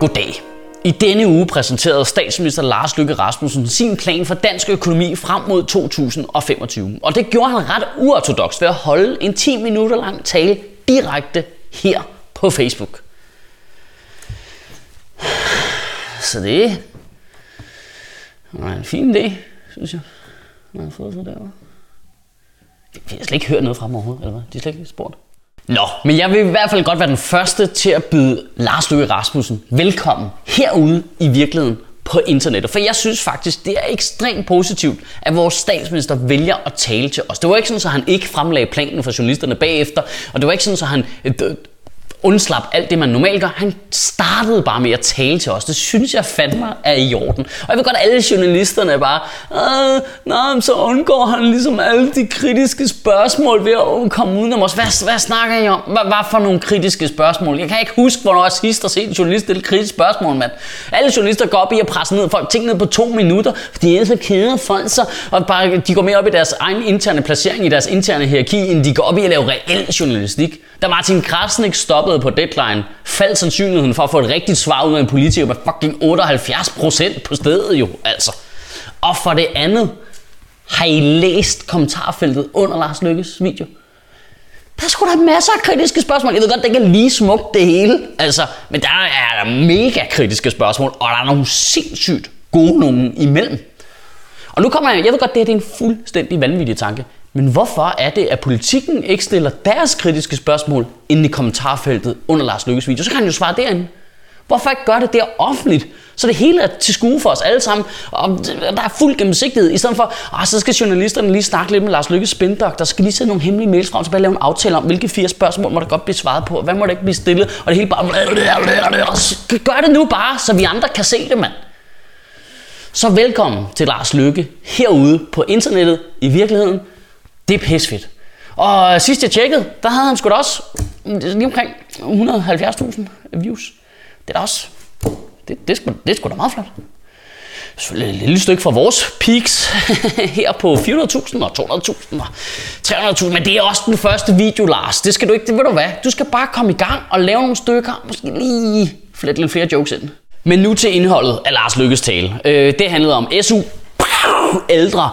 Goddag. I denne uge præsenterede statsminister Lars Løkke Rasmussen sin plan for dansk økonomi frem mod 2025. Og det gjorde han ret uortodoks ved at holde en 10 minutter lang tale direkte her på Facebook. Så det var en fin idé, synes jeg. Man har fået så derovre. Vi har slet ikke hørt noget fra dem overhovedet, eller hvad? De har slet ikke spurgt. Nå, men jeg vil i hvert fald godt være den første til at byde Lars Løkke Rasmussen velkommen herude i virkeligheden på internettet. For jeg synes faktisk, det er ekstremt positivt, at vores statsminister vælger at tale til os. Det var ikke sådan, at han ikke fremlagde planen for journalisterne bagefter, og det var ikke sådan, at han undslap alt det, man normalt gør. Han startede bare med at tale til os. Det synes jeg fandme er i orden. Og jeg ved godt, at alle journalisterne bare, så undgår han ligesom alle de kritiske spørgsmål ved at komme udenom os. Hvad snakker I om? Hvad for nogle kritiske spørgsmål? Jeg kan ikke huske, hvornår jeg sidst har set en journalist stille kritiske spørgsmål, mand. Alle journalister går op i at presse ned folk ting ned på 2 minutter, fordi de er så kede folk så, og bare, de går mere op i deres egen interne placering, i deres interne hierarki, end de går op i at lave reel journalistik. Da Martin Krasnik stoppede på Deadline, faldt sandsynligheden for at få et rigtigt svar ud af en politiker med fucking 78% på stedet jo, altså. Og for det andet, har I læst kommentarfeltet under Lars Løkkes video? Der er sgu da masser af kritiske spørgsmål. Jeg ved godt, det ikke er lige smukt det hele, altså, men der er mega kritiske spørgsmål, og der er nogle sindssygt gode nogen imellem. Og nu kommer jeg ved godt, det er en fuldstændig vanvittig tanke. Men hvorfor er det, at Politikken ikke stiller deres kritiske spørgsmål inde i kommentarfeltet under Lars Løkkes video? Så kan han jo svare derinde. Hvorfor ikke gøre det der offentligt? Så det hele er til skue for os alle sammen, og der er fuld gennemsigtighed. I stedet for, så skal journalisterne lige snakke lidt med Lars Løkkes spindoktor, så skal lige sende nogle hemmelige mails frem, så bare lave en aftale om, hvilke 4 spørgsmål må der godt blive svaret på, hvad må der ikke blive stillet, og det hele bare gør det nu bare, så vi andre kan se det, mand. Så velkommen til Lars Løkke herude på internettet i virkeligheden. Det er pissefedt. Og sidst jeg tjekkede, der havde han sgu da også lige omkring 170.000 views. Det er da også, det er sgu da meget flot. Selvfølgelig et lille stykke fra vores peaks her på 400.000 og 200.000 og 300.000. Men det er også den første video, Lars. Det skal du ikke, det ved du hvad. Du skal bare komme i gang og lave nogle stykker. Måske lige flette lidt flere jokes ind. Men nu til indholdet af Lars Løkkes tale. Det handlede om SU, ældre,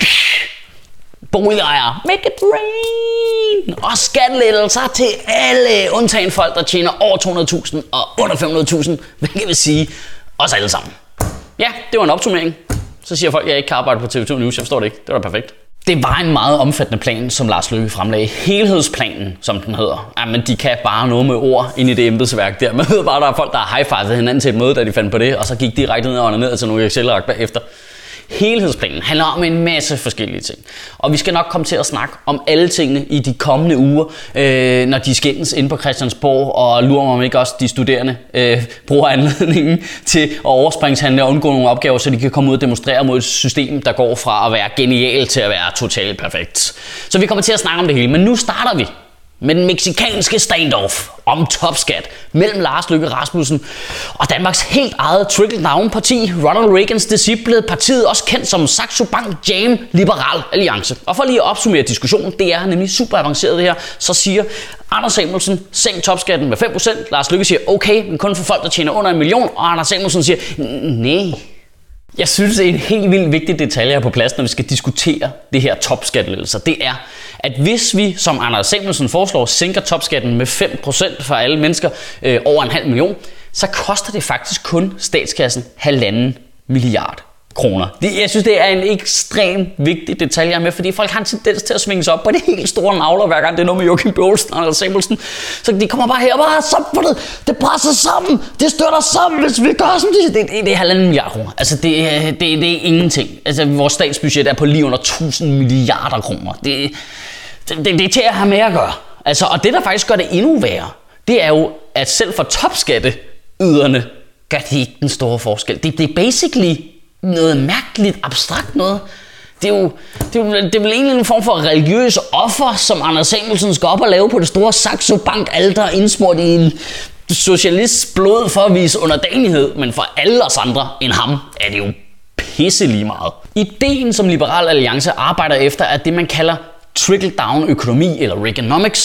boligejere, make it rain, og skattelettelser til alle, undtagen folk, der tjener over 200.000 og under 500.000, hvilket vil sige os alle sammen. Ja, det var en opsummering. Så siger folk, at jeg ikke kan arbejde på TV2 News. Jeg forstår det ikke. Det var da perfekt. Det var en meget omfattende plan, som Lars Løkke fremlagde. Helhedsplanen, som den hedder. Jamen, de kan bare noget med ord ind i det embedsværk der. Man ved bare, der er folk, der har high-fivet hinanden til et møde, da de fandt på det, og så gik direkte ned til nogle Excel-ark bagefter. Helhedsplanen handler om en masse forskellige ting. Og vi skal nok komme til at snakke om alle tingene i de kommende uger, når de skændes inde på Christiansborg, og lurer mig om ikke også de studerende bruger anledningen til at overspringshandle og undgå nogle opgaver, så de kan komme ud og demonstrere mod et system, der går fra at være genialt til at være totalt perfekt. Så vi kommer til at snakke om det hele, men nu starter vi med den mexikanske standoff om topskat mellem Lars Løkke Rasmussen og Danmarks helt eget trickle-down-parti, Ronald Reagans disciple, partiet også kendt som Saxo Bank Jam Liberal Alliance. Og for lige at opsummere diskussionen, det er nemlig super avanceret det her, så siger Anders Samuelsen, sænk topskatten med 5%, Lars Løkke siger, okay, men kun for folk, der tjener under 1 million, og Anders Samuelsen siger, nej. Jeg synes, det er en helt vildt vigtig detalje her på plads, når vi skal diskutere det her topskattelettelser. Det er, at hvis vi, som Anders Samuelsen foreslår, sænker topskatten med 5% for alle mennesker over 0,5 million, så koster det faktisk kun statskassen 1,5 milliard kroner. Jeg synes, det er en ekstremt vigtig detalje med, fordi folk har en tendens til at svinge sig op på det helt store navler, hver gang det er noget med Joachim B. Olsen og Anders Samuelsen. Så de kommer bare her og bare, så det presser sammen, det størter sammen, hvis vi gør som det er 1,5 milliard kroner. Altså, det er ingenting. Altså, vores statsbudget er på lige under 1000 milliarder kroner. Det er til at have med at gøre. Altså, og det, der faktisk gør det endnu værre, det er jo, at selv for topskatteyderne gør det ikke den store forskel. Det er basically noget mærkeligt, abstrakt noget. Det er vel egentlig en form for religiøs offer, som Anders Samuelsen skal op og lave på det store Saxo Bank alter, indsmurt i en socialists blod for at vise underdanighed, men for alle os andre end ham er det jo pisse lige meget. Ideen, som Liberal Alliance arbejder efter, er det, man kalder trickle-down økonomi eller Reaganomics,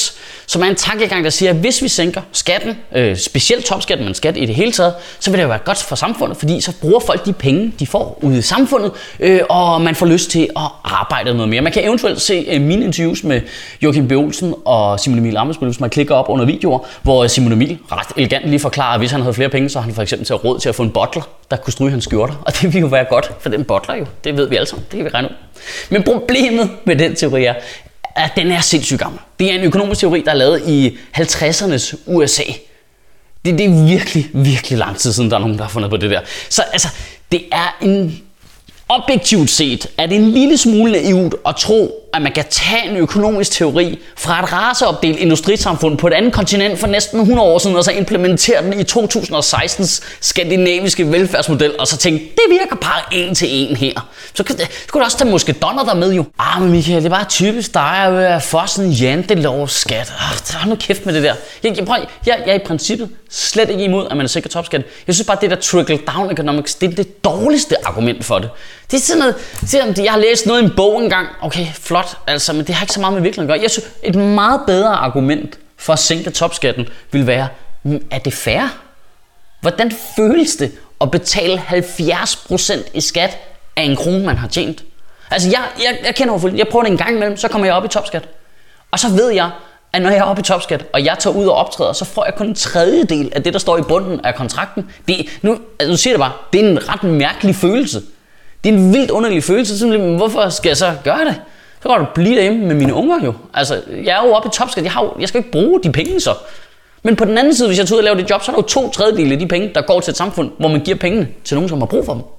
som er en tankegang, der siger, at hvis vi sænker skatten, specielt topskatten, men skat i det hele taget, så vil det jo være godt for samfundet, fordi så bruger folk de penge, de får ude i samfundet, og man får lyst til at arbejde noget mere. Man kan eventuelt se mine interviews med Joachim B. Olsen og Simon Emil Ammitzbøll, hvis man klikker op under videoer, hvor Simon Emil ret elegant lige forklarer, at hvis han havde flere penge, så har han for eksempel til råd til at få en butler, der kunne stryge hans skjorter. Og det vil jo være godt for den butler jo. Det ved vi alle sammen. Det kan vi regne ud. Men problemet med den teori er, at den er sindssygt gammel. Det er en økonomisk teori, der er lavet i 50'ernes USA. Det er virkelig, virkelig lang tid siden, der er nogen, der har fundet på det der. Så altså, det er en objektivt set, er det en lille smule naivt at tro, at man kan tage en økonomisk teori fra et raceopdelt industrisamfund på et andet kontinent for næsten 100 år siden, og så implementere den i 2016's skandinaviske velfærdsmodel, og så tænke, det virker bare en til en her. Så kunne du også tage måske Donner der med jo. Men Michael, det er bare typisk dig at få sådan en jantelov-skat. Hold nu kæft med det der. Jeg er i princippet slet ikke imod, at man sikrer topskat. Jeg synes bare, det der trickle-down economics, det er det dårligste argument for det. Det er sådan noget, jeg har læst noget i en bog engang. Okay, flot, altså, men det har ikke så meget med virkeligheden at gøre. Jeg synes, et meget bedre argument for at sænke topskatten vil være, er det fair? Hvordan føles det at betale 70% i skat af en krone, man har tjent? Altså, jeg kender overfor, jeg prøver det en gang imellem, så kommer jeg op i topskat. Og så ved jeg, at når jeg er oppe i topskat, og jeg tager ud og optræder, så får jeg kun en tredjedel af det, der står i bunden af kontrakten. Nu siger det bare, det er en ret mærkelig følelse. Det er en vildt underlig følelse. Simpelthen, hvorfor skal jeg så gøre det? Så kan du blive derhjemme med mine unger jo. Altså, jeg er jo oppe i topskat. Jeg skal ikke bruge de penge så. Men på den anden side, hvis jeg tager ud og laver det job, så er der jo 2/3 af de penge, der går til et samfund, hvor man giver pengene til nogen, som har brug for dem.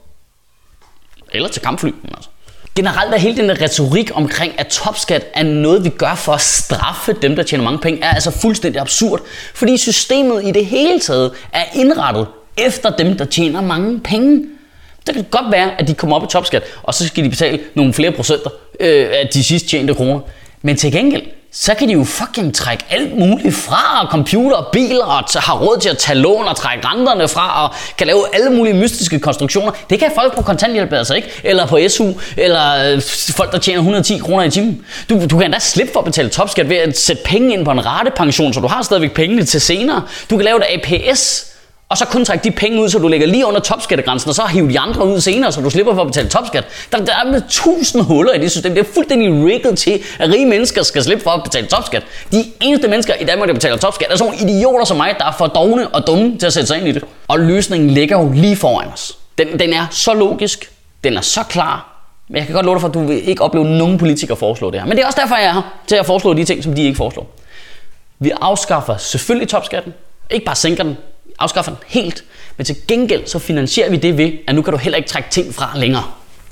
Eller til kampfly. Altså. Generelt er hele den retorik omkring, at topskat er noget, vi gør for at straffe dem, der tjener mange penge, er altså fuldstændig absurd. Fordi systemet i det hele taget er indrettet efter dem, der tjener mange penge. Det kan godt være, at de kommer op i topskat, og så skal de betale nogle flere procenter af de sidst tjente kroner. Men til gengæld, så kan de jo fucking trække alt muligt fra, computer og biler, og har råd til at tage lån og trække renterne fra, og kan lave alle mulige mystiske konstruktioner. Det kan folk på kontanthjælp altså ikke, eller på SU, eller folk, der tjener 110 kroner i timen. Du kan endda slippe for at betale topskat ved at sætte penge ind på en ratepension, så du har stadigvæk pengene til senere. Du kan lave et APS, og så kun trække de penge ud, så du lægger lige under topskattegrænsen, og så hive de andre ud senere, så du slipper for at betale topskat. Der er med 1000 huller i det system. Det er fuldstændig rigget til, at rige mennesker skal slippe for at betale topskat. De eneste mennesker i Danmark, der betaler topskat, er sådan nogle idioter som mig, der er for dovne og dumme til at sætte sig ind i det. Og løsningen ligger jo lige foran os. Den er så logisk, den er så klar, men jeg kan godt love dig for, at du vil ikke opleve nogen politikere foreslå det her. Men det er også derfor, jeg er her, til at foreslå de ting, som de ikke foreslår. Vi afskaffer selvfølgelig topskatten, ikke bare sænker den, afskaffer den helt, men til gengæld så finansierer vi det ved, at nu kan du heller ikke trække ting fra længere.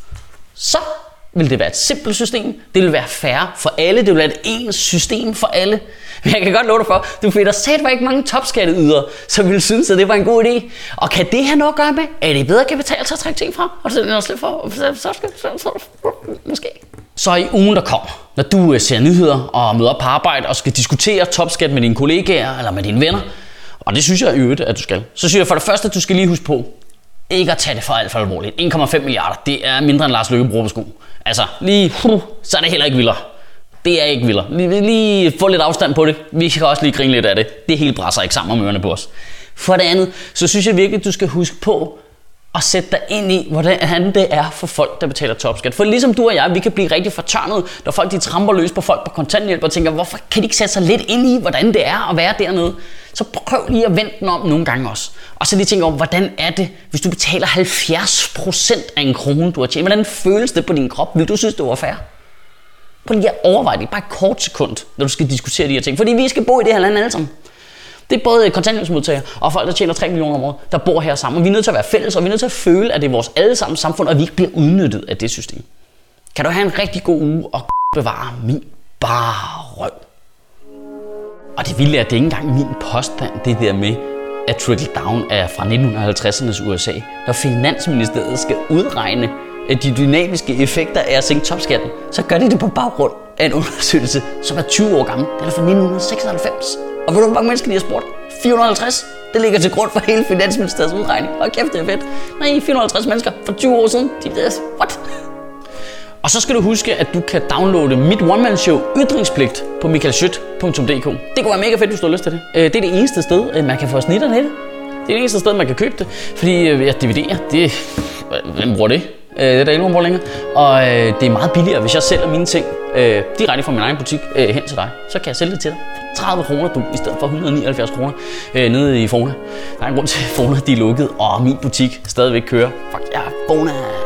Så vil det være et simpelt system, det vil være fair for alle, det vil være et ens system for alle. Men jeg kan godt love dig for, du finder satme ikke mange topskatteydere, som vil synes, at det var en god idé. Og kan det have noget at gøre med, at det bedre kan betale sig at trække ting fra? Og så slippe for, måske. Så i ugen, der kommer, når du ser nyheder og møder op på arbejde og skal diskutere topskat med dine kollegaer eller med dine venner, og det synes jeg i øvrigt, at du skal. Så synes jeg for det første, at du skal lige huske på, ikke at tage det for alt for alvorligt. 1,5 milliarder, det er mindre end Lars Løkke bruger på sko. Altså, så er det heller ikke vildere. Det er ikke vildere. Lige få lidt afstand på det. Vi kan også lige grine lidt af det. Det hele brænder ikke sammen om ørerne på os. For det andet, så synes jeg virkelig, at du skal huske på at sætte dig ind i, hvordan det er for folk, der betaler topskat. For ligesom du og jeg, vi kan blive rigtig fortørnet, når folk de tramper løs på folk på kontanthjælp og tænker, hvorfor kan de ikke sætte sig lidt ind i, hvordan det er at være dernede? Så prøv lige at vente den om nogle gange også. Og så lige tænke over, hvordan er det, hvis du betaler 70% af en krone, du har tjent? Hvordan føles det på din krop? Vil du synes, det var fair? Prøv lige at overveje det, bare et kort sekund, når du skal diskutere de her ting. Fordi vi skal bo i det her land alle sammen. Det er både kontanthjælpsmodtagere og folk, der tjener 3 millioner om året, der bor her sammen. Og vi er nødt til at være fælles, og vi er nødt til at føle, at det er vores allesammens samfund, og vi ikke bliver udnyttet af det system. Kan du have en rigtig god uge og bevare min bare røv. Og det vilde er, at det ikke engang min påstand, det der med, at trickle-down er fra 1950'ernes USA. Når Finansministeriet skal udregne de dynamiske effekter af at sænke topskatten, så gør de det på baggrund af en undersøgelse, som er 20 år gammel. Den er fra 1996. Og ved du, hvor mange mennesker de har spurgt? 450. Det ligger til grund for hele Finansministeriets udregning. Og kæft, det er fedt. Nej, 450 mennesker for 20 år siden. De ved, what? Og så skal du huske, at du kan downloade mit one-man-show Ytringspligt på michaelschødt.dk. Det kunne være mega fedt, hvis du har lyst til det. Det er det eneste sted, man kan få snitterne af det. Det er det eneste sted, man kan købe det. Fordi DVD'er, hvem bruger det? Det er der ikke nogen bruger længere. Og det er meget billigere, hvis jeg sælger mine ting direkte fra min egen butik hen til dig. Så kan jeg sælge det til dig for 30 kroner, i stedet for 179 kroner nede i Fona. Der er en grund til, at Fona de er lukket, og min butik stadigvæk kører. Fuck ja, Fona!